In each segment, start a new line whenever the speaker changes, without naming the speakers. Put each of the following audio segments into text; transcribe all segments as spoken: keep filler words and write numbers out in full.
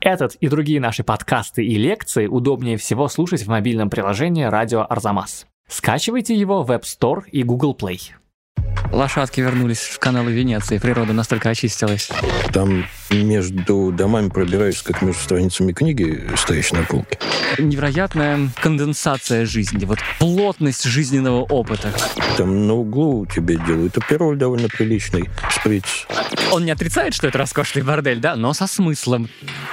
Этот и другие наши подкасты и лекции удобнее всего слушать в мобильном приложении «Радио Арзамас». Скачивайте его в App Store и Google Play.
Лошадки вернулись в каналы Венеции, природа настолько очистилась.
Там между домами пробираешься, как между страницами книги, стоящей на полке.
Невероятная конденсация жизни, вот плотность жизненного опыта.
Там на углу тебе делают апероль довольно приличный, шприц.
Он не отрицает, что это роскошный бордель, да, но со смыслом.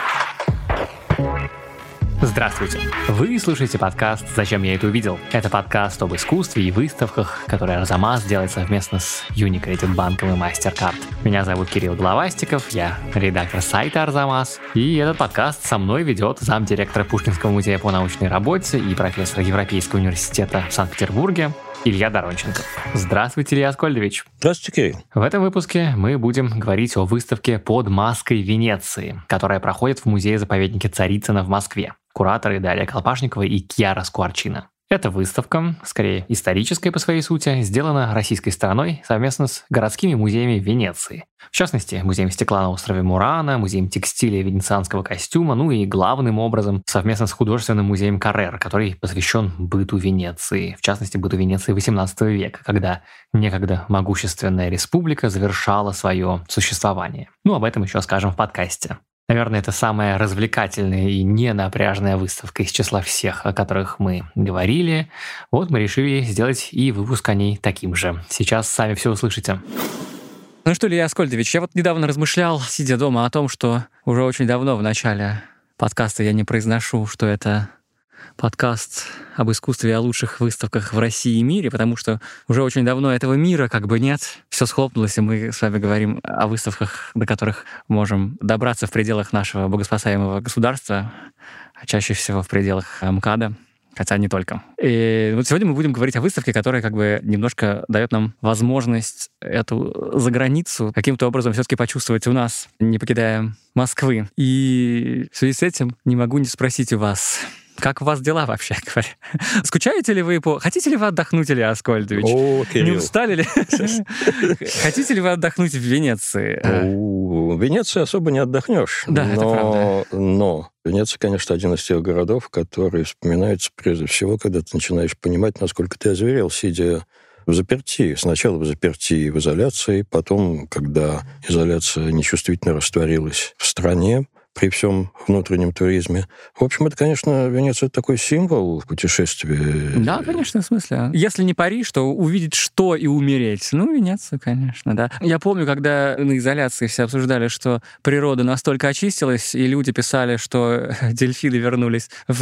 Здравствуйте! Вы слушаете подкаст «Зачем я это увидел?». Это подкаст об искусстве и выставках, который Арзамас делает совместно с Unicredit банком и MasterCard. Меня зовут Кирилл Главастиков, я редактор сайта Арзамас, и этот подкаст со мной ведет замдиректора Пушкинского музея по научной работе и профессор Европейского университета в Санкт-Петербурге Илья Доронченко. Здравствуйте, Илья Аскольдович.
Здравствуйте, Кирилл.
В этом выпуске мы будем говорить о выставке «Под маской Венеции», которая проходит в музее-заповеднике Царицына в Москве. Кураторы Дарья Колпашникова и Кьяра Скуарчина. Эта выставка, скорее историческая по своей сути, сделана российской стороной совместно с городскими музеями Венеции. В частности, музеем стекла на острове Мурана, музеем текстиля и венецианского костюма, ну и главным образом совместно с художественным музеем Каррера, который посвящен быту Венеции, в частности, быту Венеции восемнадцатого века, когда некогда могущественная республика завершала свое существование. Ну, об этом еще скажем в подкасте. Наверное, это самая развлекательная и ненапряжная выставка из числа всех, о которых мы говорили. Вот мы решили сделать и выпуск о ней таким же. Сейчас сами все услышите.
Ну что, Илья Аскольдович, я вот недавно размышлял, сидя дома, о том, что уже очень давно в начале подкаста я не произношу, что это подкаст об искусстве и о лучших выставках в России и мире, потому что уже очень давно этого мира как бы нет. Все схлопнулось, и мы с вами говорим о выставках, до которых можем добраться в пределах нашего богоспасаемого государства, а чаще всего в пределах МКАДа, хотя не только. И вот сегодня мы будем говорить о выставке, которая как бы немножко дает нам возможность эту заграницу каким-то образом все-таки почувствовать у нас, не покидая Москвы. И в связи с этим не могу не спросить у вас, как у вас дела, вообще говоря? Скучаете ли вы по... Хотите ли вы отдохнуть, Илья Аскольдович?
О, Кирилл.
Не устали ли? Хотите ли вы отдохнуть в Венеции?
В Венеции особо не отдохнешь.
Да, это правда.
Но Венеция, конечно, один из тех городов, которые вспоминаются прежде всего, когда ты начинаешь понимать, насколько ты озверел, сидя в заперти. Сначала в заперти в изоляции, потом, когда изоляция нечувствительно растворилась в стране, при всем внутреннем туризме. В общем, это, конечно, Венеция такой символ в путешествии.
Да, конечно, в смысле. Если не Париж, то увидеть что и умереть. Ну, Венеция, конечно, да. Я помню, когда на изоляции все обсуждали, что природа настолько очистилась, и люди писали, что дельфины вернулись в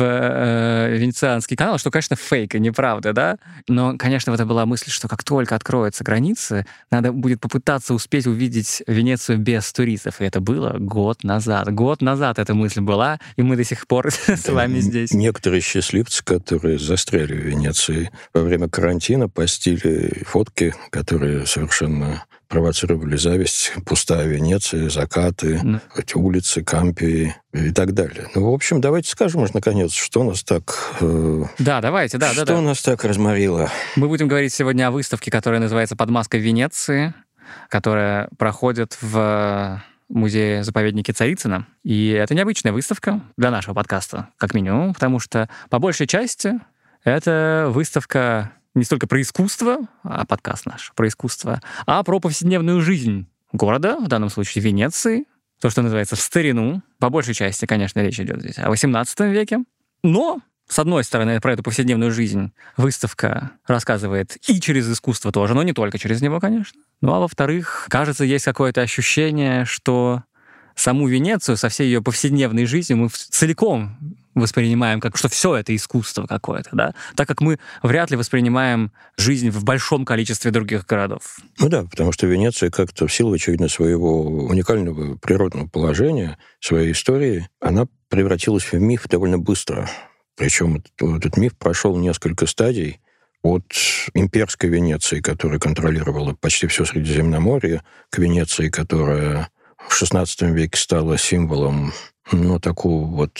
э, венецианский канал, что, конечно, фейк и неправда, да. Но, конечно, это была мысль, что как только откроются границы, надо будет попытаться успеть увидеть Венецию без туристов. И это было год назад. Год назад эта мысль была, и мы до сих пор с вами здесь.
Некоторые счастливцы, которые застряли в Венеции во время карантина, постили фотки, которые совершенно провоцировали зависть. Пустая Венеция, закаты, mm. эти улицы, Кампии и так далее. Ну, в общем, давайте скажем уже, наконец, что нас так... Э,
да, давайте, да,
что
да. Что
нас так разморило?
Мы будем говорить сегодня о выставке, которая называется «Под маской Венеции», которая проходит в музее-заповеднике Царицына. И это необычная выставка для нашего подкаста, как минимум, потому что по большей части это выставка не столько про искусство, а подкаст наш про искусство, а про повседневную жизнь города, в данном случае Венеции, то, что называется в старину. По большей части, конечно, речь идет здесь о восемнадцатом веке. Но, с одной стороны, про эту повседневную жизнь выставка рассказывает и через искусство тоже, но не только через него, конечно. Ну а во-вторых, кажется, есть какое-то ощущение, что саму Венецию со всей ее повседневной жизнью мы целиком воспринимаем как, что все это искусство какое-то, да? Так как мы вряд ли воспринимаем жизнь в большом количестве других городов.
Ну да, потому что Венеция как-то в силу, очевидно, своего уникального природного положения, своей истории, она превратилась в миф довольно быстро. Причем этот, этот миф прошел несколько стадий. От имперской Венеции, которая контролировала почти все Средиземноморье, к Венеции, которая в шестнадцатом веке стала символом, ну, такого вот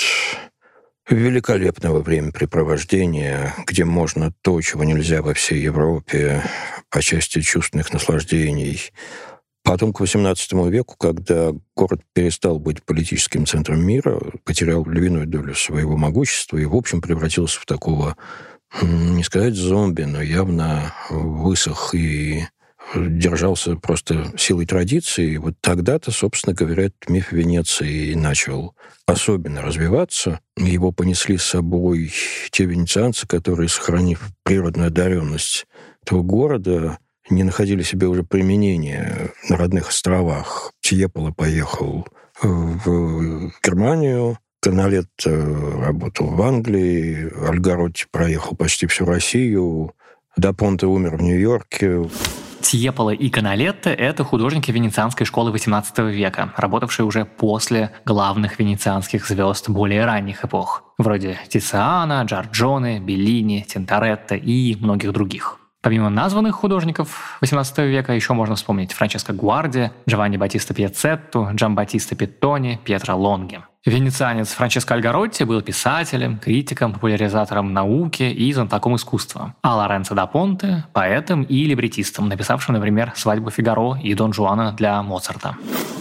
великолепного времяпрепровождения, где можно то, чего нельзя во всей Европе по части чувственных наслаждений, Потом к восемнадцатому веку, когда город перестал быть политическим центром мира, потерял львиную долю своего могущества и, в общем, превратился в такого, не сказать зомби, но явно высох и держался просто силой традиции. Вот тогда-то, собственно говоря, этот миф Венеции и начал особенно развиваться. Его понесли с собой те венецианцы, которые, сохранив природную одаренность этого города, не находили себе уже применения на родных островах. Тьеполо поехал в Германию, Каналет работал в Англии, Альгаротти проехал почти всю Россию, Да Понте умер в Нью-Йорке.
Тьеполо и Каналетто — это художники венецианской школы восемнадцатого века, работавшие уже после главных венецианских звезд более ранних эпох, вроде Тициана, Джорджоне, Беллини, Тинторетто и многих других. Помимо названных художников восемнадцатого века еще можно вспомнить Франческо Гуарди, Джованни Баттиста Пьяцетту, Джамбаттиста Питони, Пьетро Лонги. Венецианец Франческо Альгаротти был писателем, критиком, популяризатором науки и знатоком искусства, а Лоренцо да Понте — поэтом и либретистом, написавшим, например, «Свадьбу Фигаро» и «Дон Жуана» для Моцарта.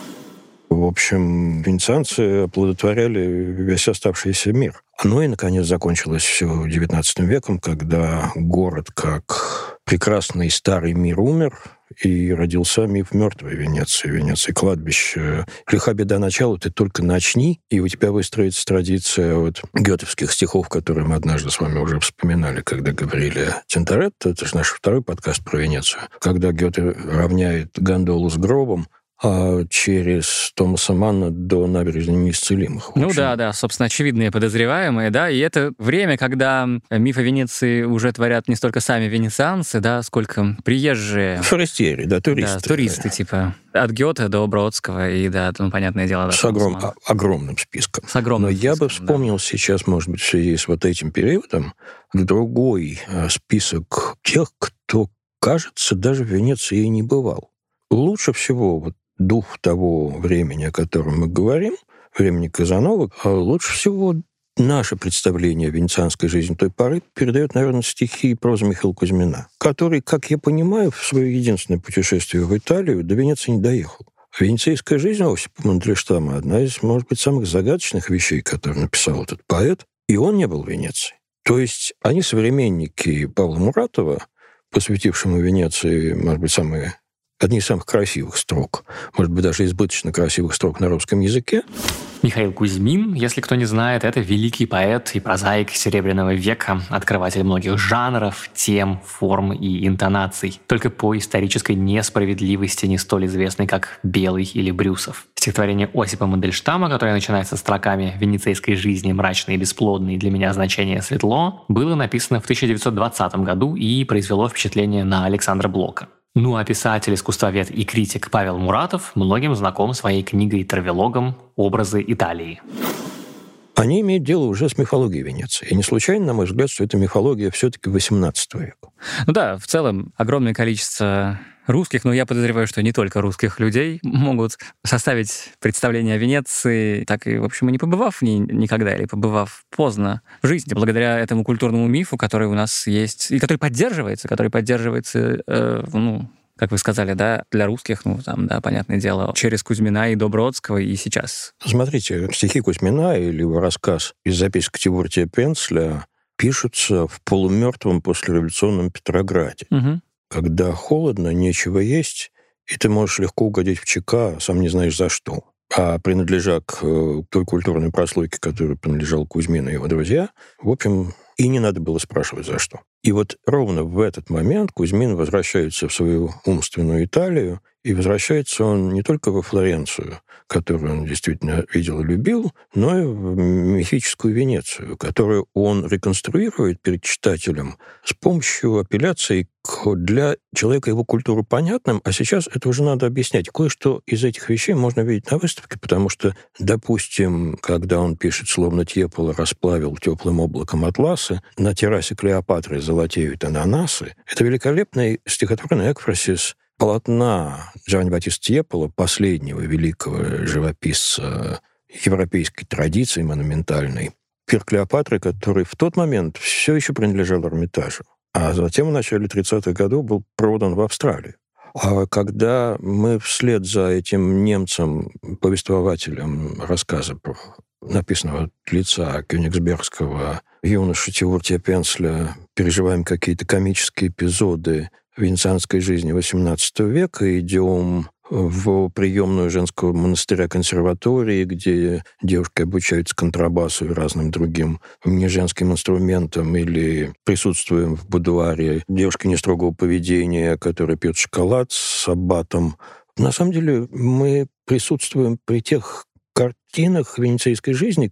В общем, венецианцы оплодотворяли весь оставшийся мир. Ну и, наконец, закончилось все девятнадцатым веком, когда город, как прекрасный старый мир, умер, и родился миф мертвой Венеции. Венеции — кладбище. Лиха беда начала, ты только начни, и у тебя выстроится традиция вот гётовских стихов, которые мы однажды с вами уже вспоминали, когда говорили о Тинторетто. Это же наш второй подкаст про Венецию. Когда Гёте равняет гондолу с гробом, а через Томаса Манна до набережной неисцелимых.
Ну да, да, собственно, очевидные подозреваемые, да, и это время, когда миф о Венеции уже творят не столько сами венецианцы, да, сколько приезжие.
Форестьери, да, туристы.
Да, туристы, типа, от Гёте до Бродского, и, да, ну, понятное дело, да.
С огром... огромным списком.
С огромным
Но
списком,
я бы вспомнил да. сейчас, может быть, в связи с вот этим периодом, другой список тех, кто, кажется, даже в Венеции и не бывал. Лучше всего вот дух того времени, о котором мы говорим, времени Казановы, лучше всего наше представление о венецианской жизни той поры передает, наверное, стихи и проза Михаила Кузьмина, который, как я понимаю, в свое единственное путешествие в Италию до Венеции не доехал. Венецийская жизнь Осипа Мандельштама — одна из, может быть, самых загадочных вещей, которые написал этот поэт, и он не был в Венеции. То есть они современники Павла Муратова, посвятившему Венеции, может быть, самые одни из самых красивых строк, может быть, даже избыточно красивых строк на русском языке.
Михаил Кузьмин, если кто не знает, это великий поэт и прозаик Серебряного века, открыватель многих жанров, тем, форм и интонаций, только по исторической несправедливости не столь известный, как «Белый» или «Брюсов». Стихотворение Осипа Мандельштама, которое начинается строками «Венецийской жизни, мрачной и бесплодной, для меня значение светло», было написано в тысяча девятьсот двадцатом году и произвело впечатление на Александра Блока. Ну а писатель, искусствовед и критик Павел Муратов многим знаком своей книгой-травелогом «Образы Италии».
Они имеют дело уже с мифологией Венеции. И не случайно, на мой взгляд, что эта мифология все-таки восемнадцатого века.
Ну да, в целом огромное количество русских, но я подозреваю, что не только русских людей могут составить представление о Венеции, так и, в общем, и не побывав в ней никогда или побывав поздно в жизни, благодаря этому культурному мифу, который у нас есть, и который поддерживается, который поддерживается, э, ну, как вы сказали, да, для русских, ну, там, да, понятное дело, через Кузьмина и до Бродского, и сейчас.
Смотрите, стихи Кузьмина или его рассказ из записок Тибуртия Пенцля пишутся в полумертвом послереволюционном Петрограде.
Угу.
Когда холодно, нечего есть, и ты можешь легко угодить в ЧК, сам не знаешь за что. А принадлежа к той культурной прослойке, которой принадлежал Кузьмин и его друзья, в общем, и не надо было спрашивать, за что. И вот ровно в этот момент Кузьмин возвращается в свою умственную Италию, и возвращается он не только во Флоренцию, которую он действительно видел и любил, но и в мифическую Венецию, которую он реконструирует перед читателем с помощью апелляций к для человека его культуру понятным, а сейчас это уже надо объяснять. Кое-что из этих вещей можно видеть на выставке, потому что, допустим, когда он пишет, словно Тьеполо расплавил теплым облаком атласы, на террасе Клеопатры золотеют ананасы, это великолепный стихотворный экфрасис полотна Джованни Баттиста Тьеполо, последнего великого живописца европейской традиции монументальной, пир Клеопатры, который в тот момент все еще принадлежал Эрмитажу, а затем в начале тридцатых годов был продан в Австралию. А когда мы вслед за этим немцем, повествователем рассказа, написанного от лица кёнигсбергского юноши Тиуртия Пенцля, переживаем какие-то комические эпизоды венецианской жизни восемнадцатого века, идем в приемную женского монастыря консерватории, где девушки обучаются контрабасу и разным другим неженским инструментам, или присутствуем в будуаре девушки нестрогого поведения, которая пьет шоколад с аббатом. На самом деле мы присутствуем при тех картинах венецианской жизни,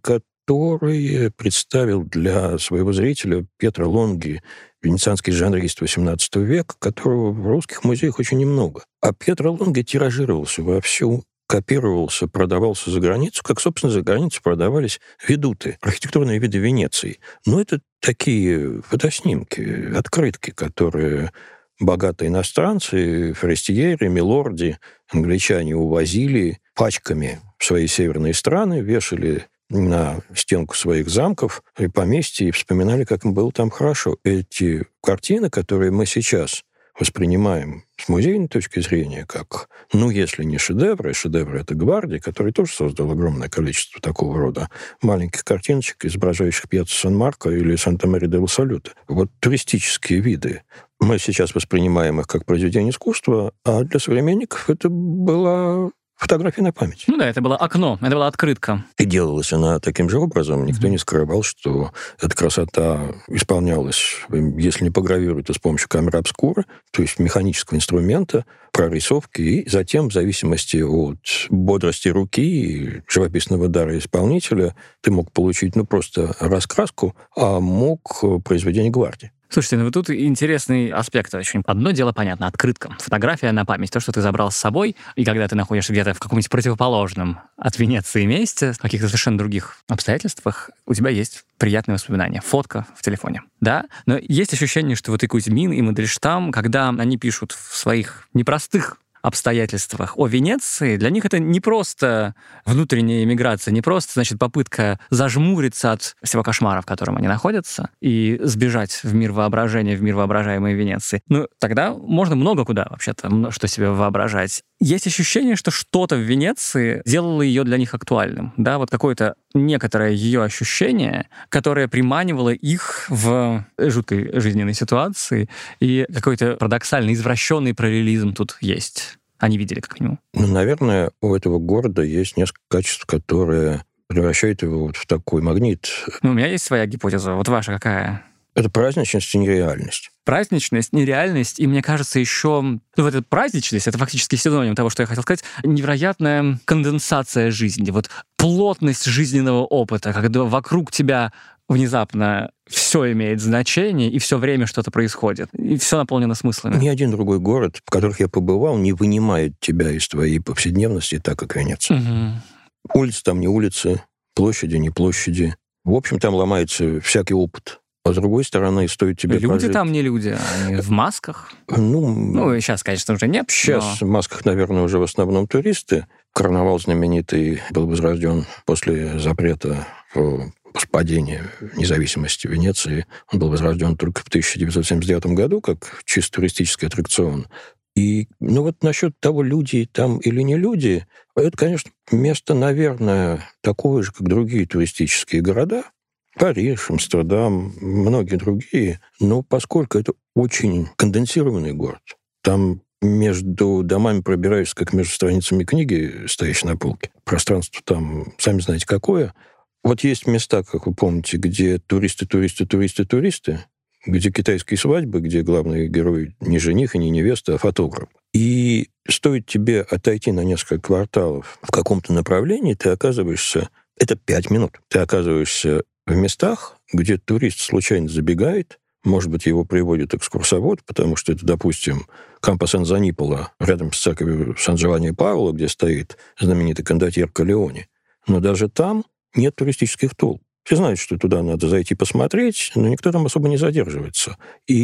которые представил для своего зрителя Пьетро Лонги, венецианский жанрист восемнадцатого века, которого в русских музеях очень немного. А Пьетро Лонги тиражировался вовсю, копировался, продавался за границу, как, собственно, за границу продавались ведуты, архитектурные виды Венеции. Но это такие фотоснимки, открытки, которые богатые иностранцы, форестьеры, милорди, англичане увозили пачками в свои северные страны, вешали на стенку своих замков и поместья и вспоминали, как им было там хорошо. Эти картины, которые мы сейчас воспринимаем с музейной точки зрения как, ну, если не шедевры, шедевры — это Гварди, который тоже создал огромное количество такого рода маленьких картиночек, изображающих Пьяццу Сан-Марко или Санта-Мария-дель-Салюта. Вот туристические виды. Мы сейчас воспринимаем их как произведение искусства, а для современников это была фотография на память.
Ну да, это было окно, это была открытка.
И делалась она таким же образом. Никто mm-hmm. не скрывал, что эта красота исполнялась, если не по гравюре, то с помощью камеры обскура, то есть механического инструмента, прорисовки, и затем, в зависимости от бодрости руки и живописного дара исполнителя, ты мог получить, ну, просто раскраску, а мог произведение Гварди.
Слушайте, ну вот тут интересный аспект очень. Одно дело, понятно, открытка, фотография на память, то, что ты забрал с собой, и когда ты находишься где-то в каком-нибудь противоположном от Венеции месте, в каких-то совершенно других обстоятельствах, у тебя есть приятные воспоминания, фотка в телефоне, да? Но есть ощущение, что вот и Кузьмин, и Мандельштам, когда они пишут в своих непростых обстоятельствах о Венеции, для них это не просто внутренняя эмиграция, не просто, значит, попытка зажмуриться от всего кошмара, в котором они находятся, и сбежать в мир воображения, в мир воображаемой Венеции. Ну, тогда можно много куда, вообще-то, что себе воображать. Есть ощущение, что что-то в Венеции делало ее для них актуальным, да, вот какое-то некоторое ее ощущение, которое приманивало их в жуткой жизненной ситуации, и какой-то парадоксальный, извращенный параллелизм тут есть. Они видели, как минимум.
Ну, наверное, у этого города есть несколько качеств, которые превращают его вот в такой магнит.
Ну, у меня есть своя гипотеза. Вот ваша какая?
Это праздничность и нереальность.
Праздничность, нереальность, и мне кажется, еще... Ну, вот эта праздничность, это фактически синоним того, что я хотел сказать, невероятная конденсация жизни, вот плотность жизненного опыта, когда вокруг тебя внезапно все имеет значение, и все время что-то происходит, и все наполнено смыслами.
Ни один другой город, в которых я побывал, не вынимает тебя из твоей повседневности так, как Венеция. Угу. Улицы там не улицы, площади не площади. В общем, там ломается всякий опыт. А с другой стороны, стоит тебе
Люди
прожить...
там не люди, они в масках.
Ну,
ну, сейчас, конечно, уже нет.
Сейчас
но...
в масках, наверное, уже в основном туристы. Карнавал знаменитый был возрожден после запрета по падению независимости Венеции. Он был возрожден только в тысяча девятьсот семьдесят девятом году, как чисто туристический аттракцион. И, ну вот насчет того, люди там или не люди, это, конечно, место, наверное, такое же, как другие туристические города. Париж, Амстердам, многие другие. Но поскольку это очень конденсированный город, там между домами пробираешься, как между страницами книги, стоящей на полке. Пространство там, сами знаете, какое. Вот есть места, как вы помните, где туристы, туристы, туристы, туристы, где китайские свадьбы, где главный герой не жених и не невеста, а фотограф. И стоит тебе отойти на несколько кварталов в каком-то направлении, ты оказываешься... Это пять минут. Ты оказываешься в местах, где турист случайно забегает, может быть, его приводит экскурсовод, потому что это, допустим, Кампо Сан-Заниполо, рядом с церковью Сан-Джованни-Пауло, где стоит знаменитый кондотьер Калеоне. Но даже там нет туристических толп. Все знают, что туда надо зайти посмотреть, но никто там особо не задерживается.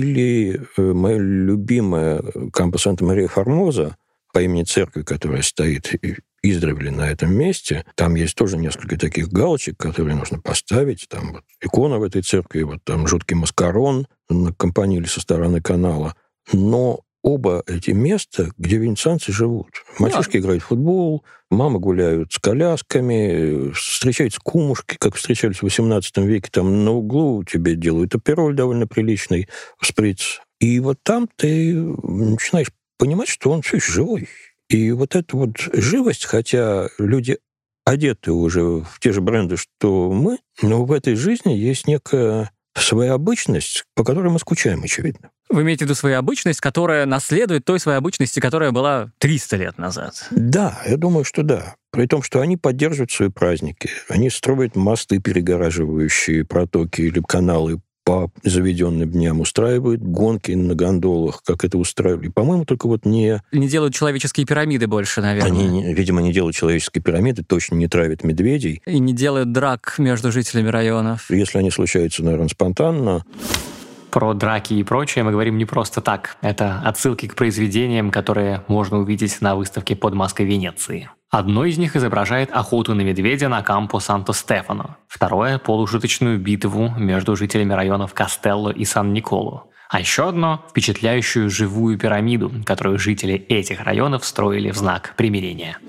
Или э, моя любимая Кампо Санта-Мария-Формоза по имени церкви, которая стоит издревле на этом месте. Там есть тоже несколько таких галочек, которые нужно поставить. Там вот икона в этой церкви, вот там жуткий маскарон на кампаниле со стороны канала. Но оба эти места, где венецианцы живут. Мальчишки да. играют в футбол, мамы гуляют с колясками, встречаются кумушки, как встречались в восемнадцатом веке, там на углу тебе делают апероль довольно приличный, шприц. И вот там ты начинаешь понимать, что он все еще живой. И вот эта вот живость, хотя люди одеты уже в те же бренды, что мы, но в этой жизни есть некая своя обычность, по которой мы скучаем, очевидно.
Вы имеете в виду свою обычность, которая наследует той своей обычности, которая была триста лет назад?
Да, я думаю, что да. При том, что они поддерживают свои праздники. Они строят мосты, перегораживающие протоки или каналы по заведенным дням, устраивают гонки на гондолах, как это устраивали. По-моему, только вот не...
Не делают человеческие пирамиды больше, наверное.
Они, видимо, не делают человеческие пирамиды, точно не травят медведей.
И не делают драк между жителями районов.
Если они случаются, наверное, спонтанно.
Про драки и прочее мы говорим не просто так. Это отсылки к произведениям, которые можно увидеть на выставке под маской Венеции. Одно из них изображает охоту на медведя на Кампо Санто-Стефано. Второе – полушуточную битву между жителями районов Кастелло и Сан-Николо. А еще одно – впечатляющую живую пирамиду, которую жители этих районов строили в знак примирения.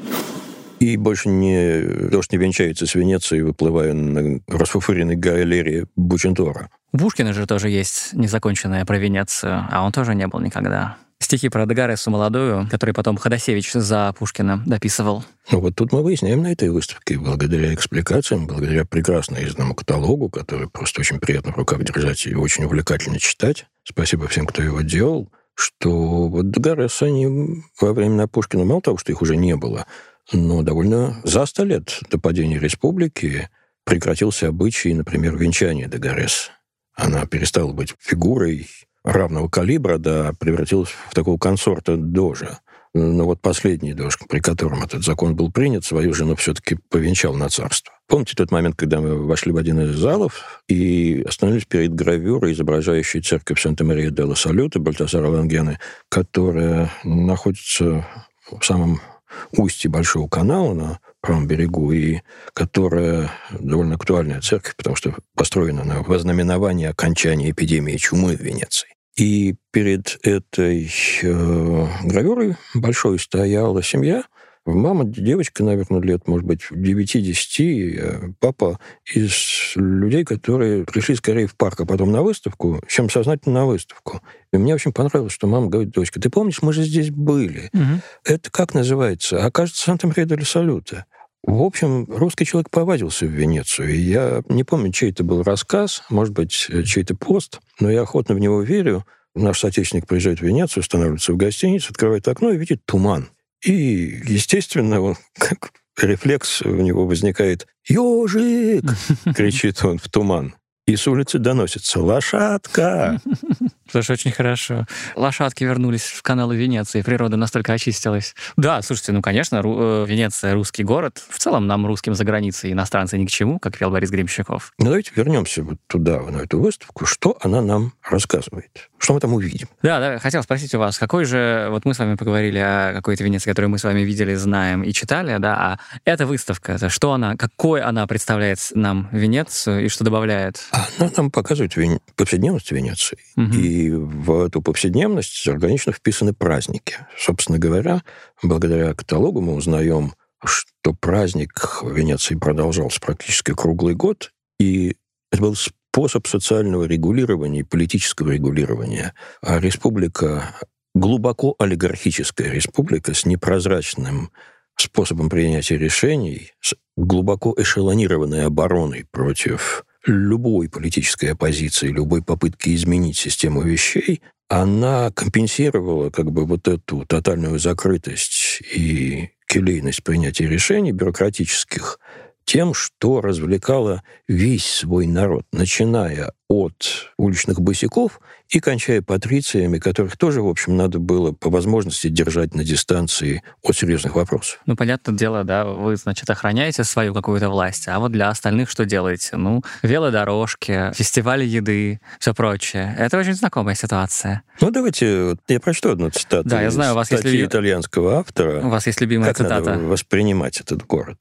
И больше не дождь не венчается с Венецией, выплывая на расфуфыренной галерее Бучентора.
У Пушкина же тоже есть незаконченная про Венецию, а он тоже не был никогда. Стихи про Дегарессу молодую, который потом Ходосевич за Пушкина дописывал.
Ну вот тут мы выясняем на этой выставке, благодаря экспликациям, благодаря прекрасно изданному каталогу, который просто очень приятно в руках держать и очень увлекательно читать. Спасибо всем, кто его делал, что вот Дегаресса, они во времена Пушкина, мало того, что их уже не было, но довольно за сто лет до падения республики прекратился обычай, например, венчания Дегарессы. Она перестала быть фигурой равного калибра, да, превратилась в такого консорта дожа. Но вот последний дож, при котором этот закон был принят, свою жену все-таки повенчал на царство. Помните тот момент, когда мы вошли в один из залов и остановились перед гравюрой, изображающей церковь Санта-Мария-делла-Салюта Бальтасара Лангены, которая находится в самом устье Большого канала на правом берегу, и которая довольно актуальная церковь, потому что построена на вознаменование окончания эпидемии чумы в Венеции. И перед этой э, гравюрой большой стояла семья. Мама, девочка, наверное, лет, может быть, девяти-десяти. Папа из людей, которые пришли скорее в парк, а потом на выставку, чем сознательно на выставку. И мне очень понравилось, что мама говорит: дочка, ты помнишь, мы же здесь были. Угу. Это как называется? А кажется, Санта-Мария-делла-Салюта. В общем, русский человек повадился в Венецию. И я не помню, чей это был рассказ, может быть, чей-то пост, но я охотно в него верю. Наш соотечественник приезжает в Венецию, останавливается в гостинице, открывает окно и видит туман. И, естественно, он, как рефлекс у него возникает: «Ёжик!» — кричит он в туман. И с улицы доносится: «Лошадка!»
Слушай, очень хорошо. Лошадки вернулись в каналы Венеции, природа настолько очистилась. Да, слушайте, ну, конечно, Ру- Венеция — русский город. В целом нам, русским за границей, иностранцы ни к чему, как пел Борис Гремщиков.
Ну, давайте вернемся вот туда, на эту выставку. Что она нам рассказывает? Что мы там увидим?
Да, да, хотел спросить у вас, какой же... Вот мы с вами поговорили о какой-то Венеции, которую мы с вами видели, знаем и читали, да, а эта выставка, это что она, какой она представляет нам Венецию и что добавляет?
Она нам показывает вен... повседневность Венеции. Угу. И в эту повседневность органично вписаны праздники. Собственно говоря, благодаря каталогу мы узнаем, что праздник в Венеции продолжался практически круглый год, и это был способ социального регулирования и политического регулирования. А республика, глубоко олигархическая республика с непрозрачным способом принятия решений, с глубоко эшелонированной обороной против любой политической оппозиции, любой попытки изменить систему вещей, она компенсировала как бы вот эту тотальную закрытость и келейность принятия решений бюрократических тем, что развлекало весь свой народ, начиная от уличных босяков и кончая патрициями, которых тоже, в общем, надо было по возможности держать на дистанции от серьезных вопросов.
Ну, понятное дело, да, вы, значит, охраняете свою какую-то власть, а вот для остальных что делаете? Ну, велодорожки, фестивали еды, все прочее. Это очень знакомая ситуация.
Ну, давайте, я прочту одну цитату.
Да, я знаю, у вас есть
статьи итальянского автора.
У вас есть любимая
как
цитата.
Как надо воспринимать этот город.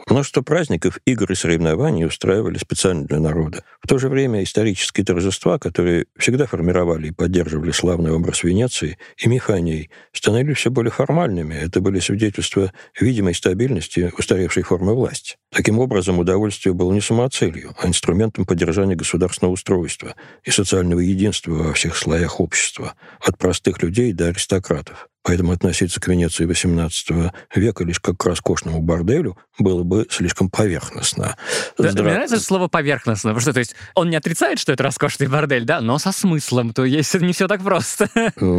Множество праздников, игр и соревнований устраивали специально для народа. В то же время исторические торжества, которые всегда формировали и поддерживали славный образ Венеции, и мифы о ней, становились все более формальными. Это были свидетельства видимой стабильности устаревшей формы власти. Таким образом, удовольствие было не самоцелью, а инструментом поддержания государственного устройства и социального единства во всех слоях общества, от простых людей до аристократов. Поэтому относиться к Венеции восемнадцатого века лишь как к роскошному борделю было бы слишком поверхностно.
Да,
Здра...
Мне нравится слово «поверхностно», потому что то есть, он не отрицает, что это роскошный бордель, да, но со смыслом, то есть не все так просто.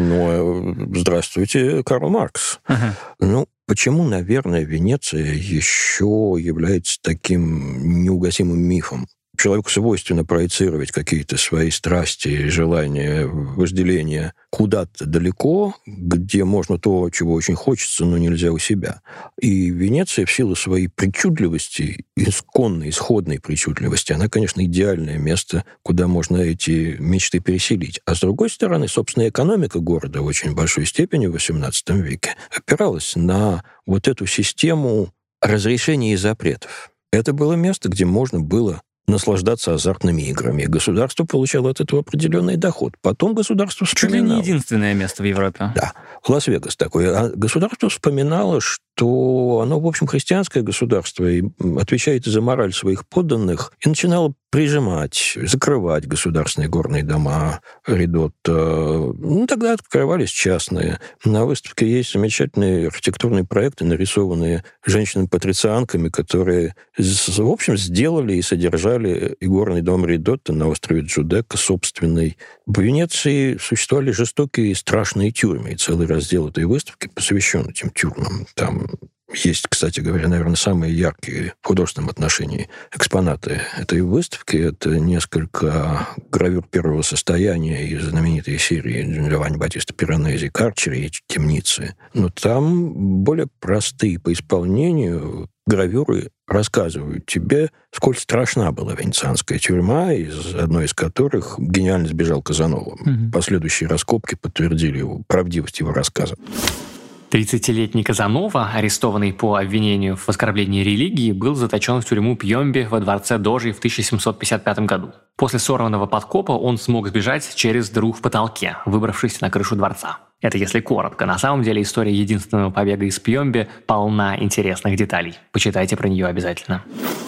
Ну, здравствуйте, Карл Маркс. Ага. Ну, почему, наверное, Венеция еще является таким неугасимым мифом? Человеку свойственно проецировать какие-то свои страсти, желания, вожделения куда-то далеко, где можно то, чего очень хочется, но нельзя у себя. И Венеция в силу своей причудливости, исконной, исходной причудливости, она, конечно, идеальное место, куда можно эти мечты переселить. А с другой стороны, собственно, экономика города в очень большой степени в восемнадцатом веке опиралась на вот эту систему разрешений и запретов. Это было место, где можно было наслаждаться азартными играми. И государство получало от этого определенный доход. Потом государство вспоминало...
Чуть ли не единственное место в Европе.
Да. Лас-Вегас такой. А государство вспоминало, что оно, в общем, христианское государство и отвечает за мораль своих подданных, и начинало прижимать, закрывать государственные горные дома, редотто. Ну, тогда открывались частные. На выставке есть замечательные архитектурные проекты, нарисованные женщинами-патрицианками, которые, в общем, сделали и содержали и горный дом редотто на острове Джудека собственный. В Венеции существовали жестокие и страшные тюрьмы, и целый раздел этой выставки посвящен этим тюрьмам. Там есть, кстати говоря, наверное, самые яркие в художественном отношении экспонаты этой выставки. Это несколько гравюр первого состояния из знаменитой серии Джованни Баттиста Пиранези «Карчери» и «Темницы». Но там более простые по исполнению гравюры рассказывают тебе, сколь страшна была венецианская тюрьма, из одной из которых гениально сбежал Казанова. Mm-hmm. Последующие раскопки подтвердили его, правдивость его рассказа.
тридцатилетний Казанова, арестованный по обвинению в оскорблении религии, был заточен в тюрьму Пьемби во дворце Дожи в тысяча семьсот пятьдесят пятом году. После сорванного подкопа он смог сбежать через дыру в потолке, выбравшись на крышу дворца. Это если коротко. На самом деле история единственного побега из Пьемби полна интересных деталей. Почитайте про нее обязательно.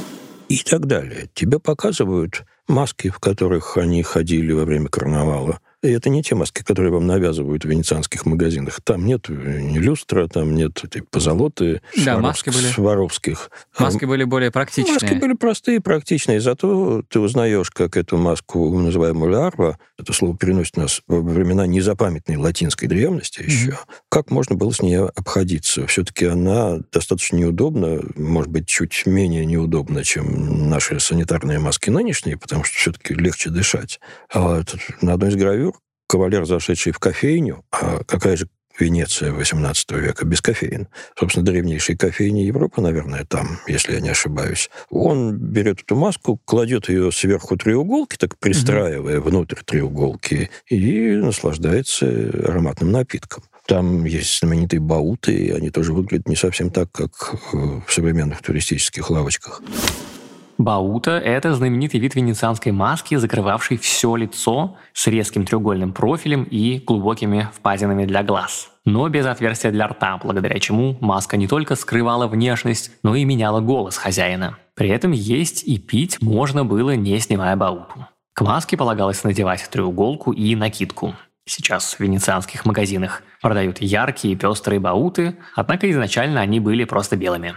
И так далее. Тебе показывают маски, в которых они ходили во время карнавала. И это не те маски, которые вам навязывают в венецианских магазинах. Там нет ни люстра, там нет этой позолоты
да, маски были...
сваровских.
Маски были более практичные.
Маски были простые и практичные. Зато ты узнаешь, как эту маску, называемую ларва, это слово переносит нас во времена незапамятной латинской древности еще, mm-hmm. как можно было с ней обходиться. Все-таки она достаточно неудобна, может быть, чуть менее неудобна, чем наши санитарные маски нынешние, потому что все-таки легче дышать. А на одной из гравюр кавалер, зашедший в кофейню, а какая же Венеция восемнадцатого века без кофеин? Собственно, древнейшие кофейни Европы, наверное, там, если я не ошибаюсь. Он берет эту маску, кладет ее сверху треуголки, так пристраивая mm-hmm. внутрь треуголки, и наслаждается ароматным напитком. Там есть знаменитые бауты, и они тоже выглядят не совсем так, как в современных туристических лавочках.
Баута – это знаменитый вид венецианской маски, закрывавший все лицо с резким треугольным профилем и глубокими впадинами для глаз, но без отверстия для рта, благодаря чему маска не только скрывала внешность, но и меняла голос хозяина. При этом есть и пить можно было, не снимая бауту. К маске полагалось надевать треуголку и накидку. Сейчас в венецианских магазинах продают яркие и пестрые бауты, однако изначально они были просто белыми.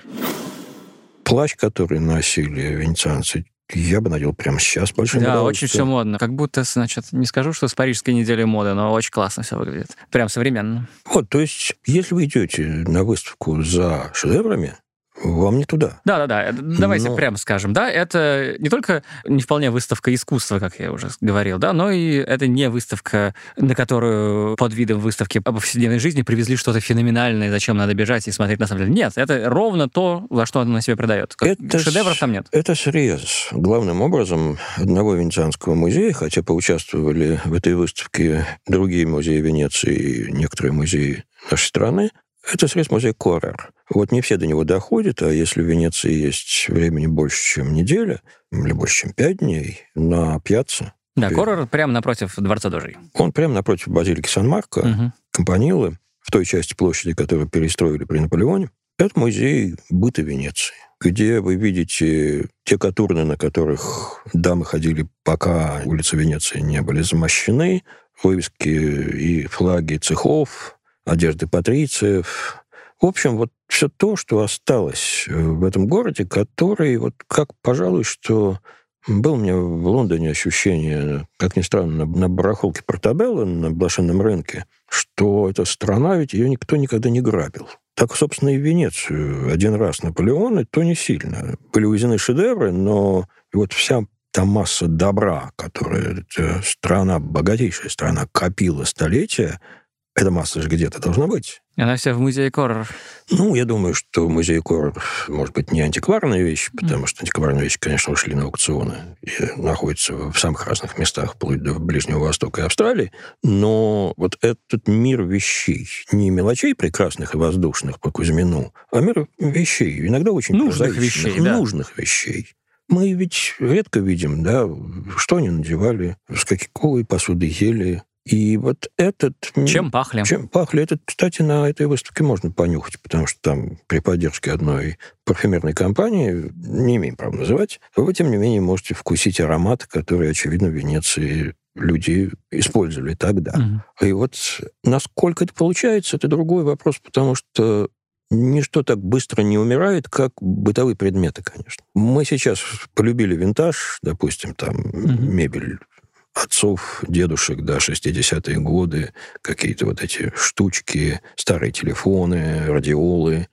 Плащ, который носили венецианцы, я бы надел прямо сейчас. Большим
да, очень все модно. Как будто, значит, не скажу, что с Парижской неделей моды, но очень классно все выглядит. Прям современно.
Вот, то есть, если вы идете на выставку за шедеврами, вам не туда.
Да-да-да, давайте но... прямо скажем, да, это не только не вполне выставка искусства, как я уже говорил, да, но и это не выставка, на которую под видом выставки о повседневной жизни привезли что-то феноменальное, зачем надо бежать и смотреть на самом деле. Нет, это ровно то, за что она на себе продает.
Это
шедевров там нет.
Это срез, главным образом, одного венецианского музея, хотя поучаствовали в этой выставке другие музеи Венеции и некоторые музеи нашей страны. Это Средмузей Коррер. Вот не все до него доходят, а если в Венеции есть времени больше, чем неделя, или больше, чем пять дней, на пьяцца.
Да, Коррер прямо напротив Дворца Дожей.
Он прямо напротив базилики Сан-Марко, угу. Кампанилы, в той части площади, которую перестроили при Наполеоне. Это музей быта Венеции, где вы видите те катурны, на которых дамы ходили, пока улицы Венеции не были замощены, вывески и флаги цехов, одежды патрициев. В общем, вот все то, что осталось в этом городе, который, вот как, пожалуй, что было у меня в Лондоне ощущение, как ни странно, на, на барахолке Портабелло, на блошином рынке, что эта страна, ведь ее никто никогда не грабил. Так, собственно, и в Венецию. Один раз Наполеон, и то не сильно. Были увезены шедевры, но вот вся та масса добра, которую эта страна, богатейшая страна, копила столетия, эта масса же где-то должна быть.
Она вся в музее Коррер.
Ну, я думаю, что музей Коррер, может быть, не антикварная вещь, потому mm. что антикварные вещи, конечно, ушли на аукционы и находятся в самых разных местах, вплоть до Ближнего Востока и Австралии. Но вот этот мир вещей, не мелочей прекрасных и воздушных по Кузьмину, а мир вещей, иногда очень
нужных вещей, да.
нужных вещей. Мы ведь редко видим, да, что они надевали, с какой посуды ели. И вот этот...
Чем пахли?
Чем пахли. Этот, кстати, на этой выставке можно понюхать, потому что там при поддержке одной парфюмерной компании, не имеем права называть, вы, тем не менее, можете вкусить аромат, который, очевидно, в Венеции люди использовали тогда. Угу. И вот насколько это получается, это другой вопрос, потому что ничто так быстро не умирает, как бытовые предметы, конечно. Мы сейчас полюбили винтаж, допустим, там угу. мебель отцов, дедушек, да, шестидесятые годы, какие-то вот эти штучки, старые телефоны, радиолы.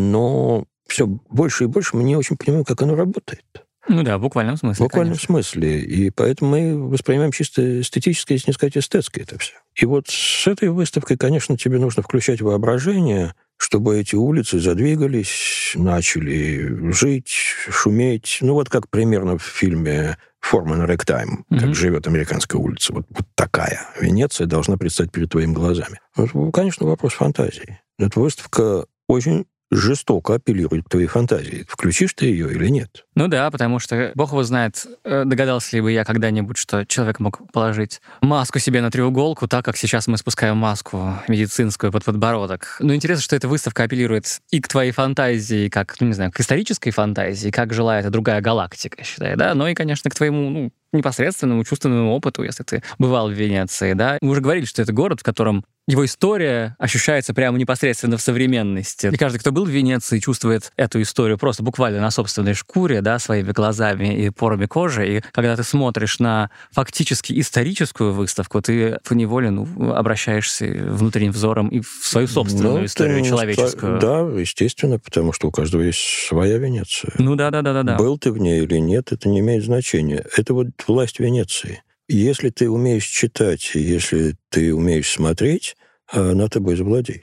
Но все больше и больше мы не очень понимаем, как оно работает.
Ну да, в буквальном смысле,
В буквальном
конечно.
смысле. И поэтому мы воспринимаем чисто эстетическое, если не сказать эстетское это все. И вот с этой выставкой, конечно, тебе нужно включать воображение, чтобы эти улицы задвигались, начали жить, шуметь. Ну вот как примерно в фильме «Форман Рэгтайм», mm-hmm. как живет американская улица. Вот, вот такая Венеция должна предстать перед твоими глазами. Вот, конечно, вопрос фантазии. Эта выставка очень жестоко апеллирует к твоей фантазии. Включишь ты ее или нет?
Ну да, потому что бог его знает, догадался ли бы я когда-нибудь, что человек мог положить маску себе на треуголку, так как сейчас мы спускаем маску медицинскую под подбородок. Но интересно, что эта выставка апеллирует и к твоей фантазии, как, ну не знаю, к исторической фантазии, как жила эта другая галактика, считай, да, но и, конечно, к твоему, ну, непосредственному чувственному опыту, если ты бывал в Венеции, да. Мы уже говорили, что это город, в котором его история ощущается прямо непосредственно в современности. И каждый, кто был в Венеции, чувствует эту историю просто буквально на собственной шкуре, да, своими глазами и порами кожи. И когда ты смотришь на фактически историческую выставку, ты поневоле ну, обращаешься внутренним взором и в свою собственную ну, историю человеческую.
Да, естественно, потому что у каждого есть своя Венеция.
Ну да, да, да, да.
Был ты в ней или нет, это не имеет значения. Это вот власть Венеции. Если ты умеешь читать, если ты умеешь смотреть, она тобой завладеет.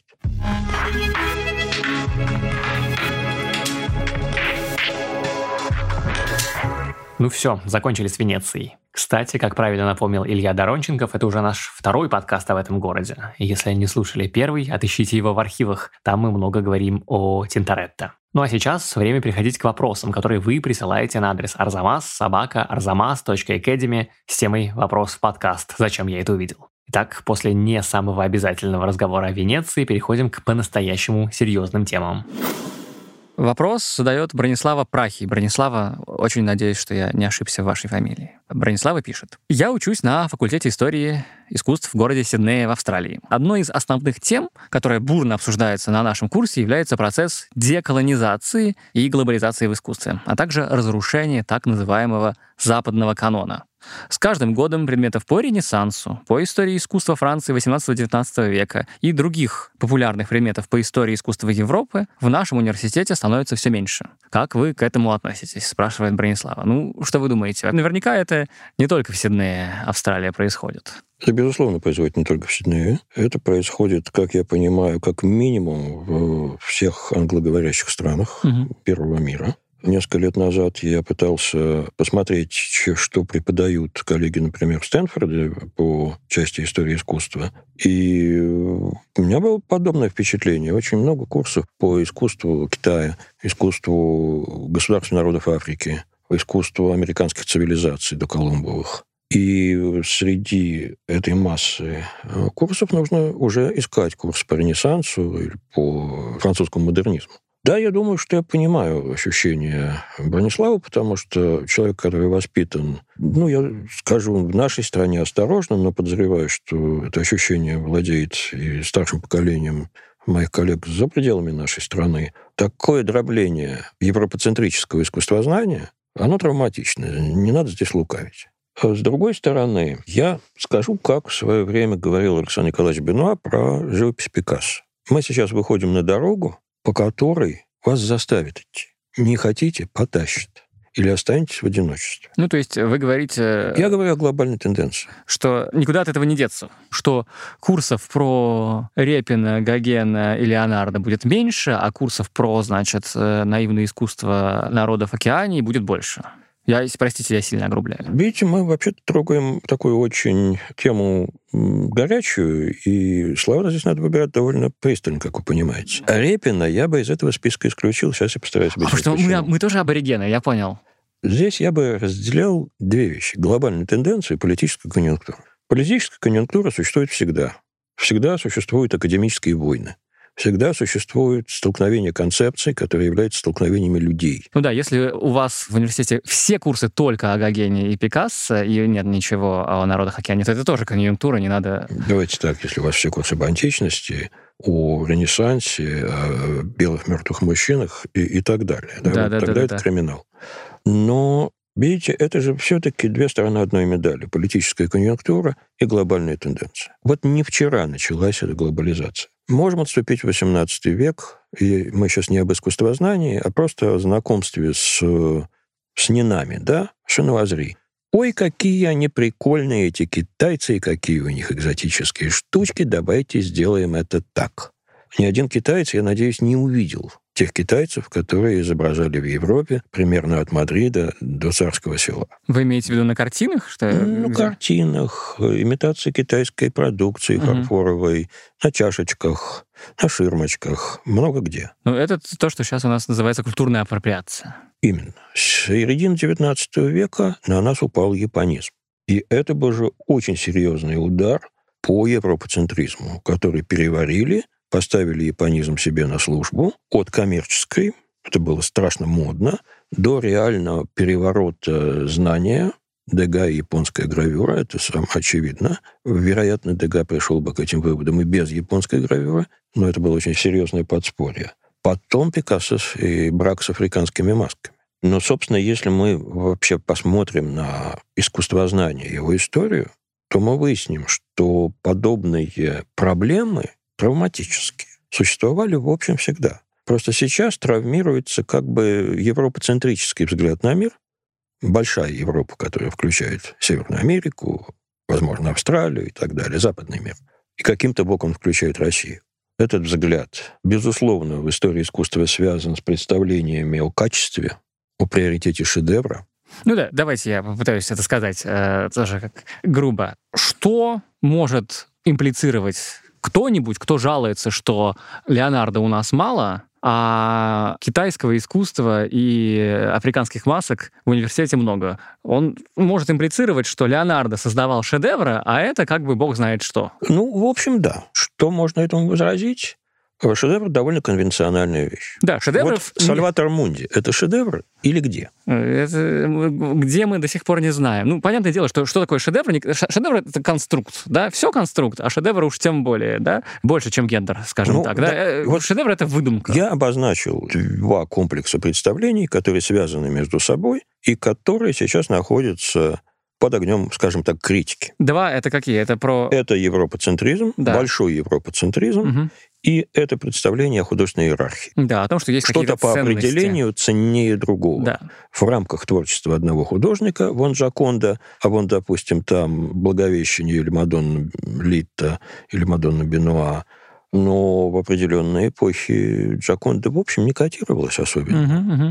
Ну все, закончили с Венецией. Кстати, как правильно напомнил Илья Доронченков, это уже наш второй подкаст об этом городе. И если не слушали первый, отыщите его в архивах. Там мы много говорим о Тинторетто. Ну а сейчас время переходить к вопросам, которые вы присылаете на адрес arzamas собака arzamas точка academy с темой «Вопрос в подкаст. Зачем я это увидел?». Итак, после не самого обязательного разговора о Венеции переходим к по-настоящему серьезным темам.
Вопрос задает Бронислава Прахи. Бронислава, очень надеюсь, что я не ошибся в вашей фамилии. Бронислава пишет. Я учусь на факультете истории искусств в городе Сиднее в Австралии. Одной из основных тем, которая бурно обсуждается на нашем курсе, является процесс деколонизации и глобализации в искусстве, а также разрушение так называемого западного канона. С каждым годом предметов по Ренессансу, по истории искусства Франции восемнадцатого-девятнадцатого века и других популярных предметов по истории искусства Европы в нашем университете становится все меньше. Как вы к этому относитесь? Спрашивает Бронислава. Ну, что вы думаете? Наверняка это не только в Сиднее, Австралия, происходит.
Это, безусловно, происходит не только в Сиднее. Это происходит, как я понимаю, как минимум в всех англоговорящих странах угу. первого мира. Несколько лет назад я пытался посмотреть, что преподают коллеги, например, в Стэнфорде по части истории искусства. И у меня было подобное впечатление. Очень много курсов по искусству Китая, искусству государств народов Африки, искусству американских цивилизаций доколумбовых. И среди этой массы курсов нужно уже искать курс по Ренессансу или по французскому модернизму. Да, я думаю, что я понимаю ощущения Бронислава, потому что человек, который воспитан, ну, я скажу, в нашей стране осторожно, но подозреваю, что это ощущение владеет и старшим поколением моих коллег за пределами нашей страны. Такое дробление европоцентрического искусствознания, оно травматично, не надо здесь лукавить. А с другой стороны, я скажу, как в свое время говорил Александр Николаевич Бенуа про живопись Пикассо. Мы сейчас выходим на дорогу, по которой вас заставят идти. Не хотите — потащат. Или останетесь в одиночестве.
Ну, то есть вы говорите...
Я говорю о глобальной тенденции.
Что никуда от этого не деться. Что курсов про Репина, Гогена и Леонардо будет меньше, а курсов про, значит, наивное искусство народов Океании будет больше. Я, простите, я сильно огрубляю.
Видите, мы вообще-то трогаем такую очень тему горячую, и слова здесь надо выбирать довольно пристально, как вы понимаете. А Репина я бы из этого списка исключил. Сейчас я постараюсь объяснить.
А потому что мы, мы тоже аборигены, я понял.
Здесь я бы разделял две вещи. Глобальную тенденцию и политическую конъюнктуру. Политическая конъюнктура существует всегда. Всегда существуют академические войны. Всегда существует столкновение концепций, которые являются столкновениями людей.
Ну да, если у вас в университете все курсы только о Гогене и Пикассо, и нет ничего о народах Океании, то это тоже конъюнктура, не надо...
Давайте так, если у вас все курсы об античности, о Ренессансе, о белых мертвых мужчинах и, и так далее. Да,
да,
вот
да,
тогда
да,
это
да.
криминал. Но, видите, это же все-таки две стороны одной медали. Политическая конъюнктура и глобальная тенденция. Вот не вчера началась эта глобализация. Можем отступить в восемнадцатый век, и мы сейчас не об искусствознании, а просто о знакомстве с, с нинами, да? Шиновозри. Ой, какие они прикольные, эти китайцы, и какие у них экзотические штучки, давайте сделаем это так. Ни один китаец, я надеюсь, не увидел тех китайцев, которые изображали в Европе примерно от Мадрида до Царского Села.
Вы имеете в виду на картинах? Что...
На картинах, имитации китайской продукции фарфоровой, угу. На чашечках, на ширмочках, много где.
Ну, это то, что сейчас у нас называется культурная апроприация.
Именно. С середины девятнадцатого века на нас упал японизм. И это был же очень серьезный удар по европоцентризму, который переварили, поставили японизм себе на службу от коммерческой, это было страшно модно, до реального переворота знания. Дега и японская гравюра, это самое очевидно. Вероятно, Дега пришел бы к этим выводам и без японской гравюры, но это было очень серьезное подспорье. Потом Пикассо и брак с африканскими масками. Но, собственно, если мы вообще посмотрим на искусствознание, его историю, то мы выясним, что подобные проблемы травматические существовали, в общем, всегда. Просто сейчас травмируется как бы европоцентрический взгляд на мир, большая Европа, которая включает Северную Америку, возможно, Австралию и так далее, западный мир, и каким-то боком включает Россию. Этот взгляд, безусловно, в истории искусства связан с представлениями о качестве, о приоритете шедевра.
Ну да, давайте я попытаюсь это сказать э, тоже как грубо. Что может имплицировать кто-нибудь, кто жалуется, что Леонардо у нас мало, а китайского искусства и африканских масок в университете много? Он может имплицировать, что Леонардо создавал шедевры, а это как бы бог знает что.
Ну, в общем, да. Что можно этому возразить? Шедевр — довольно конвенциональная вещь.
Да, шедевров...
Вот Сальватор Мунди — это шедевр или где?
Это, где мы до сих пор не знаем. Ну, понятное дело, что, что такое шедевр? Шедевр — это конструкт, да? Все конструкт, а шедевр уж тем более, да? Больше, чем гендер, скажем ну, так. Да? Да. Вот шедевр — это выдумка.
Я обозначил два комплекса представлений, которые связаны между собой и которые сейчас находятся под огнем, скажем так, критики.
Два — это какие? Это про...
Это европоцентризм, да. Большой европоцентризм, угу. И это представление о художественной иерархии.
Да, о том, что есть
что-то
какие-то
по определению ценнее другого.
Да.
В рамках творчества одного художника, вон Джаконда, а вон, допустим, там Благовещение или Мадонна Литта, или Мадонна Бенуа, но в определенной эпохе Джаконда, в общем, не котировалась особенно.
Угу, угу.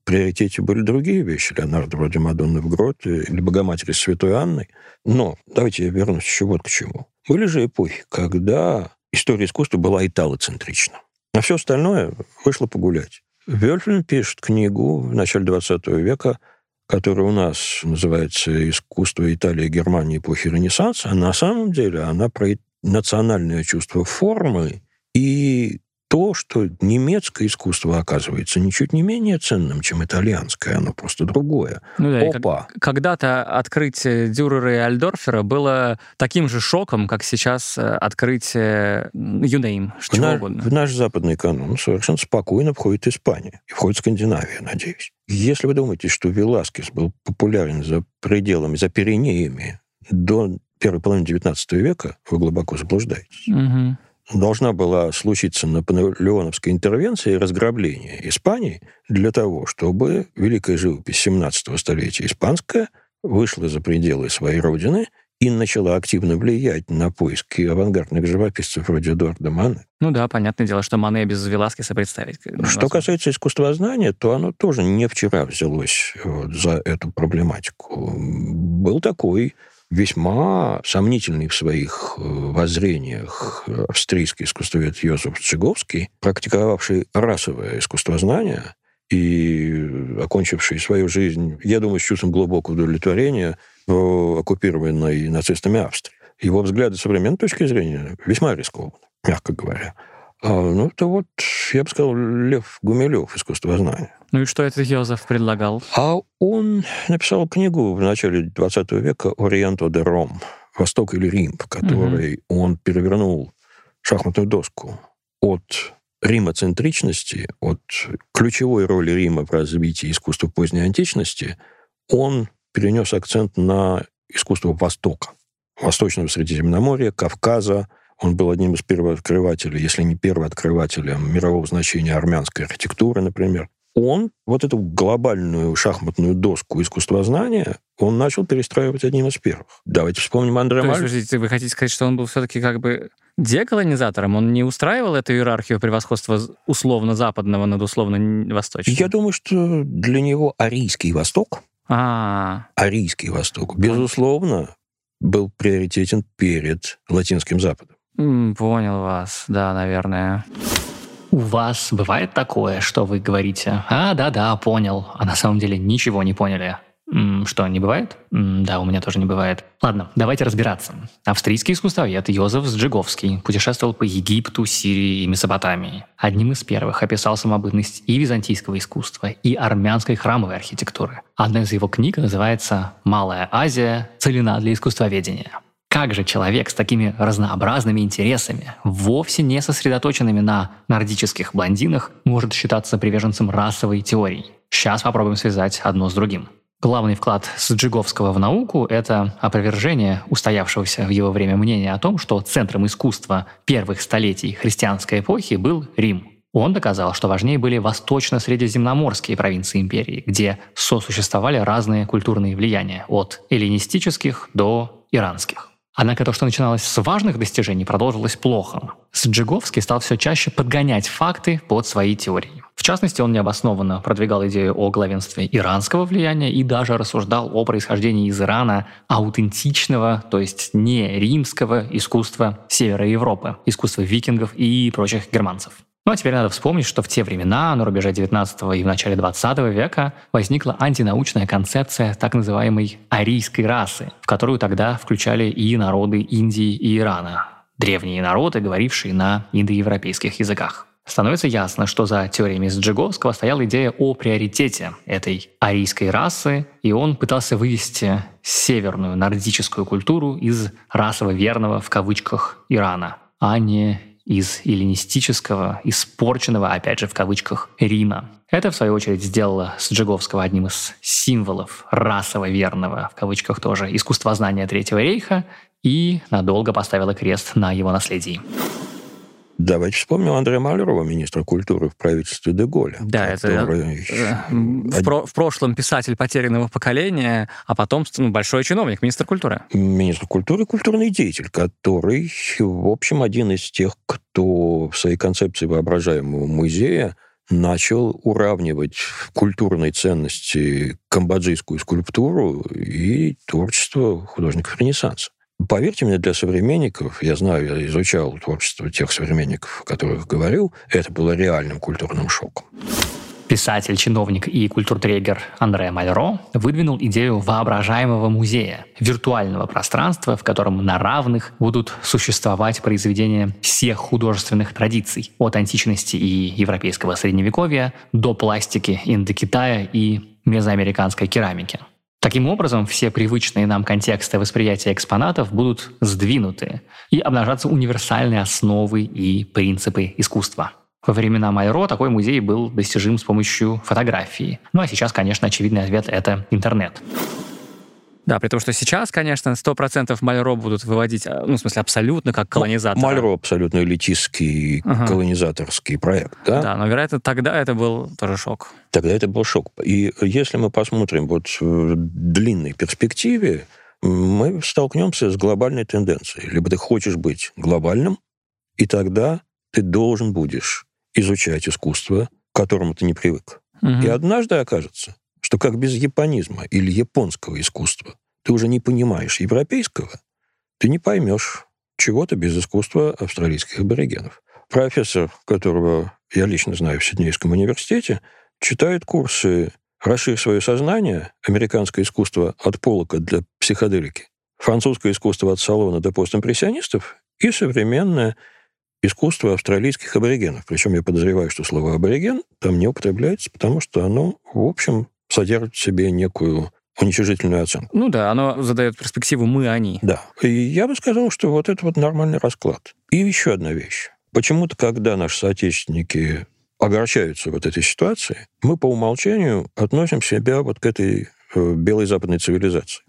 приоритете были другие вещи. Леонардо вроде Мадонны в гроте или Богоматери с Святой Анной. Но давайте я вернусь еще вот к чему. Были же эпохи, когда история искусства была италоцентрична. А все остальное вышло погулять. Вельфлин пишет книгу в начале двадцатого века, которая у нас называется «Искусство Италии и Германии эпохи Ренессанса», а на самом деле она про национальное чувство формы и то, что немецкое искусство оказывается ничуть не менее ценным, чем итальянское, оно просто другое.
Ну да,
Опа!
Как, когда-то открытие Дюрера и Альдорфера было таким же шоком, как сейчас открытие Юнейм,
в,
чего
на,
угодно.
В наш западный канон совершенно спокойно входит Испания и входит Скандинавия, надеюсь. Если вы думаете, что Веласкес был популярен за пределами, за Пиренеями до первой половины девятнадцатого века, вы глубоко заблуждаетесь.
Угу.
Должна была случиться наполеоновская интервенция и разграбление Испании для того, чтобы великая живопись семнадцатого столетия испанская вышла за пределы своей родины и начала активно влиять на поиски авангардных живописцев вроде Эдуарда Мане.
Ну да, понятное дело, что Мане без Веласкеса представить.
Что касается искусствознания, то оно тоже не вчера взялось вот за эту проблематику. Был такой весьма сомнительный в своих воззрениях австрийский искусствовед Йозеф Джиговский, практиковавший расовое искусствознание и окончивший свою жизнь, я думаю, с чувством глубокого удовлетворения в оккупированной нацистами Австрии. Его взгляды с современной точки зрения весьма рискованы, мягко говоря. А, ну, это вот, я бы сказал, Лев Гумилев, искусствознание.
Ну и что этот Йозеф предлагал?
А он написал книгу в начале двадцатого века «Ориенто де Ром», «Восток или Рим», в которой угу. он перевернул шахматную доску от римоцентричности, от ключевой роли Рима в развитии искусства поздней античности, он перенес акцент на искусство Востока, Восточного Средиземноморья, Кавказа. Он был одним из первооткрывателей, если не первооткрывателем мирового значения армянской архитектуры, например. Он вот эту глобальную шахматную доску искусствознания он начал перестраивать одним из первых. Давайте вспомним Андре Маль.
Подождите, вы хотите сказать, что он был все-таки как бы деколонизатором? Он не устраивал эту иерархию превосходства условно-западного над условно-восточным?
Я думаю, что для него Арийский Восток,
А-а-а.
Арийский Восток, безусловно, был приоритетен перед Латинским Западом.
М, понял вас, да, наверное.
У вас бывает такое, что вы говорите: «А, да-да, понял», а на самом деле ничего не поняли? М, что, не бывает? М, да, у меня тоже не бывает. Ладно, давайте разбираться. Австрийский искусствовед Йозеф Сджиговский путешествовал по Египту, Сирии и Месопотамии. Одним из первых описал самобытность и византийского искусства, и армянской храмовой архитектуры. Одна из его книг называется «Малая Азия. Целина для искусствоведения». Как же человек с такими разнообразными интересами, вовсе не сосредоточенными на нордических блондинах, может считаться приверженцем расовой теории? Сейчас попробуем связать одно с другим. Главный вклад Сджиговского в науку – это опровержение устоявшегося в его время мнения о том, что центром искусства первых столетий христианской эпохи был Рим. Он доказал, что важнее были восточно-средиземноморские провинции империи, где сосуществовали разные культурные влияния, от эллинистических до иранских. Однако то, что начиналось с важных достижений, продолжилось плохо. Сджиговский стал все чаще подгонять факты под свои теории. В частности, он необоснованно продвигал идею о главенстве иранского влияния и даже рассуждал о происхождении из Ирана аутентичного, то есть не римского искусства Севера Европы, искусства викингов и прочих германцев. Ну а теперь надо вспомнить, что в те времена, на рубеже девятнадцатого и в начале двадцатого века, возникла антинаучная концепция так называемой арийской расы, в которую тогда включали и народы Индии и Ирана, древние народы, говорившие на индоевропейских языках. Становится ясно, что за теориями Сджиговского стояла идея о приоритете этой арийской расы, и он пытался вывести северную нордическую культуру из расово верного в кавычках Ирана, а не из эллинистического, испорченного, опять же, в кавычках, Рима. Это, в свою очередь, сделало Сджиговского одним из символов расово верного, в кавычках тоже, искусствознания Третьего рейха и надолго поставило крест на его наследии.
Давайте вспомним Андре Малярова, министра культуры в правительстве де Голля.
Да, который... это в, про- в прошлом писатель потерянного поколения, а потом ну, большой чиновник, министр культуры.
Министр культуры, культурный деятель, который, в общем, один из тех, кто в своей концепции воображаемого музея начал уравнивать в культурной ценности камбоджийскую скульптуру и творчество художников Ренессанса. Поверьте мне, для современников, я знаю, я изучал творчество тех современников, о которых говорил, это было реальным культурным шоком.
Писатель, чиновник и культуртрегер Андре Мальро выдвинул идею воображаемого музея, виртуального пространства, в котором на равных будут существовать произведения всех художественных традиций, от античности и европейского средневековья до пластики Индокитая и мезоамериканской керамики. Таким образом, все привычные нам контексты восприятия экспонатов будут сдвинуты и обнажаться универсальные основы и принципы искусства. Во времена Мальро такой музей был достижим с помощью фотографии. Ну а сейчас, конечно, очевидный ответ — это интернет.
Да, при том, что сейчас, конечно, сто процентов Мальро будут выводить, ну, в смысле, абсолютно как колонизатор.
Мальро абсолютно элитистский, ага. колонизаторский проект, да?
Да, но, вероятно, тогда это был тоже шок.
Тогда это был шок. И если мы посмотрим вот в длинной перспективе, мы столкнемся с глобальной тенденцией. Либо ты хочешь быть глобальным, и тогда ты должен будешь изучать искусство, к которому ты не привык. Угу. И однажды окажется, что как без японизма или японского искусства ты уже не понимаешь европейского, ты не поймешь чего-то без искусства австралийских аборигенов. Профессор, которого я лично знаю в Сиднейском университете, читает курсы «Расширь свое сознание», американское искусство от Поллока для психоделики, французское искусство от Салона до постимпрессионистов и современное искусство австралийских аборигенов. Причем я подозреваю, что слово «абориген» там не употребляется, потому что оно, в общем, содержит в себе некую уничижительную оценку.
Ну да, оно задает перспективу «мы-они».
Да. И я бы сказал, что вот это вот нормальный расклад. И еще одна вещь. Почему-то, когда наши соотечественники огорчаются в этой ситуации, мы по умолчанию относим себя вот к этой э, белой западной цивилизации.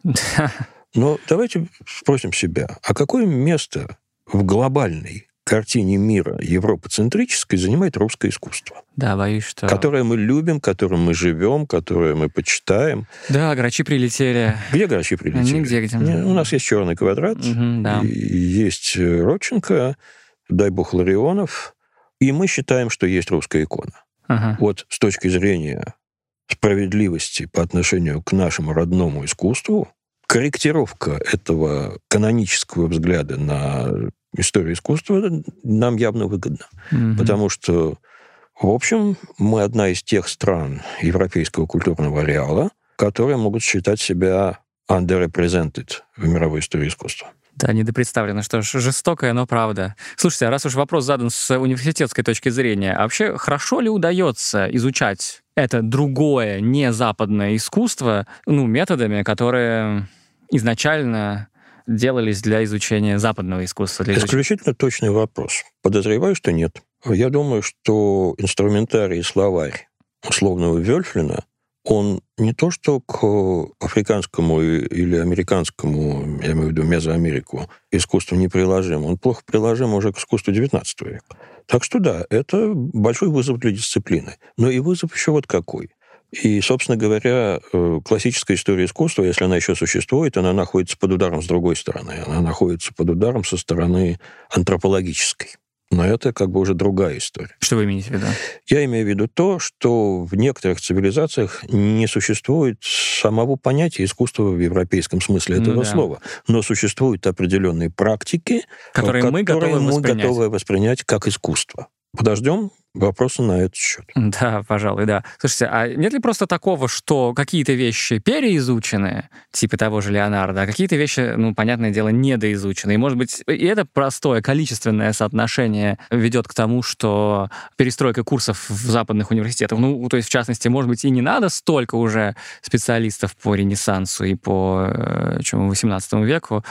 Но давайте спросим себя, а какое место в глобальной картине мира европоцентрической занимает русское искусство?
Да, боюсь, что...
Которое мы любим, которым мы живем, которое мы почитаем.
Да, грачи прилетели.
Где грачи прилетели?
Нигде, где.
У нас есть «Черный квадрат»,
угу, да.
есть Родченко, дай бог Ларионов, и мы считаем, что есть русская икона.
Ага.
Вот с точки зрения справедливости по отношению к нашему родному искусству, корректировка этого канонического взгляда на историю искусства нам явно выгодна. Mm-hmm. Потому что, в общем, мы одна из тех стран европейского культурного ареала, которые могут считать себя underrepresented в мировой истории искусства.
Да, недопредставлено, что ж, жестокое, но правда. Слушайте, а раз уж вопрос задан с университетской точки зрения, а вообще хорошо ли удается изучать это другое, не западное искусство, ну, методами, которые изначально делались для изучения западного искусства? Для
Исключительно изуч... точный вопрос. Подозреваю, что нет. Я думаю, что инструментарий и словарь условного Вельфлина, он не то что к африканскому или американскому, я имею в виду Мезоамерику, искусству не приложим, он плохо приложим уже к искусству девятнадцатого века. Так что да, это большой вызов для дисциплины. Но и вызов еще вот какой. И, собственно говоря, классическая история искусства, если она еще существует, она находится под ударом с другой стороны. Она находится под ударом со стороны антропологической. Но это как бы уже другая история.
Что вы имеете в виду?
Я имею в виду то, что в некоторых цивилизациях не существует самого понятия искусства в европейском смысле этого ну, да. слова. Но существуют определенные практики,
которые, которые мы, готовы,
мы
воспринять.
готовы воспринять как искусство. Подождем вопросы на этот счет.
Да, пожалуй, да. Слушайте, а нет ли просто такого, что какие-то вещи переизучены, типа того же Леонардо, а какие-то вещи, ну, понятное дело, недоизучены? И, может быть, и это простое количественное соотношение ведет к тому, что перестройка курсов в западных университетах, ну, то есть, в частности, может быть, и не надо столько уже специалистов по Ренессансу и по чему, восемнадцатому веку,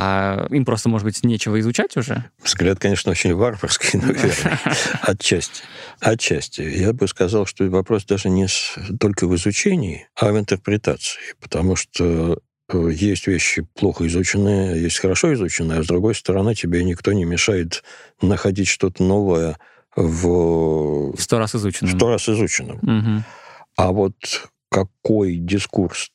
а им просто, может быть, нечего изучать уже?
Взгляд, конечно, очень варварский, но верно. Отчасти. Отчасти. Я бы сказал, что вопрос даже не только в изучении, а в интерпретации. Потому что есть вещи плохо изученные, есть хорошо изученные, а с другой стороны тебе никто не мешает находить что-то новое в...
Сто раз изученном.
Сто раз изученном. Угу. А вот какой дискурс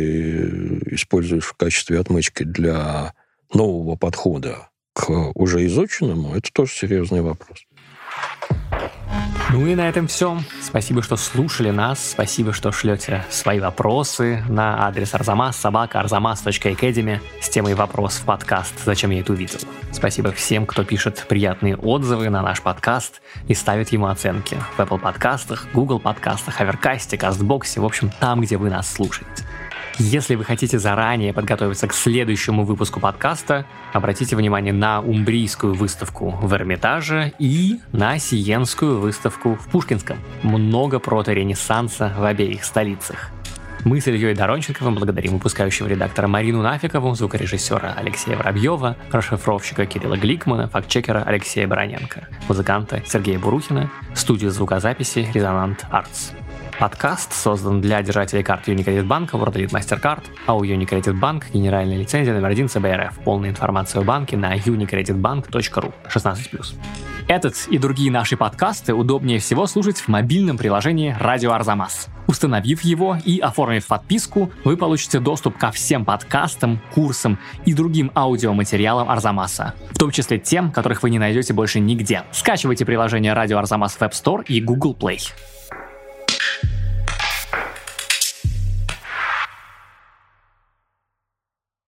ты используешь в качестве отмычки для нового подхода к уже изученному, это тоже серьезный вопрос.
Ну и на этом все. Спасибо, что слушали нас. Спасибо, что шлете свои вопросы на адрес арзамас собака арзамас точка academy с темой «Вопрос в подкаст. Зачем я это увидел?». Спасибо всем, кто пишет приятные отзывы на наш подкаст и ставит ему оценки в Apple подкастах, Google подкастах, Аверкасте, Кастбоксе, в общем, там, где вы нас слушаете. Если вы хотите заранее подготовиться к следующему выпуску подкаста, обратите внимание на Умбрийскую выставку в Эрмитаже и на Сиенскую выставку в Пушкинском. Много прото-ренессанса в обеих столицах. Мы с Ильей Доронченковым благодарим выпускающего редактора Марину Нафикову, звукорежиссера Алексея Воробьева, расшифровщика Кирилла Гликмана, фактчекера Алексея Бароненко, музыканта Сергея Бурухина, студию звукозаписи «Резонант Артс». Подкаст создан для держателей карт Unicredit Bank, WorldElite MasterCard, а у Unicredit Bank генеральная лицензия номер один цэ бэ эр эф. Полная информация о банке на unicreditbank точка ру. шестнадцать плюс. Этот и другие наши подкасты удобнее всего слушать в мобильном приложении «Радио Арзамас». Установив его и оформив подписку, вы получите доступ ко всем подкастам, курсам и другим аудиоматериалам Арзамаса, в том числе тем, которых вы не найдете больше нигде. Скачивайте приложение «Радио Арзамас» в App Store и Google Play.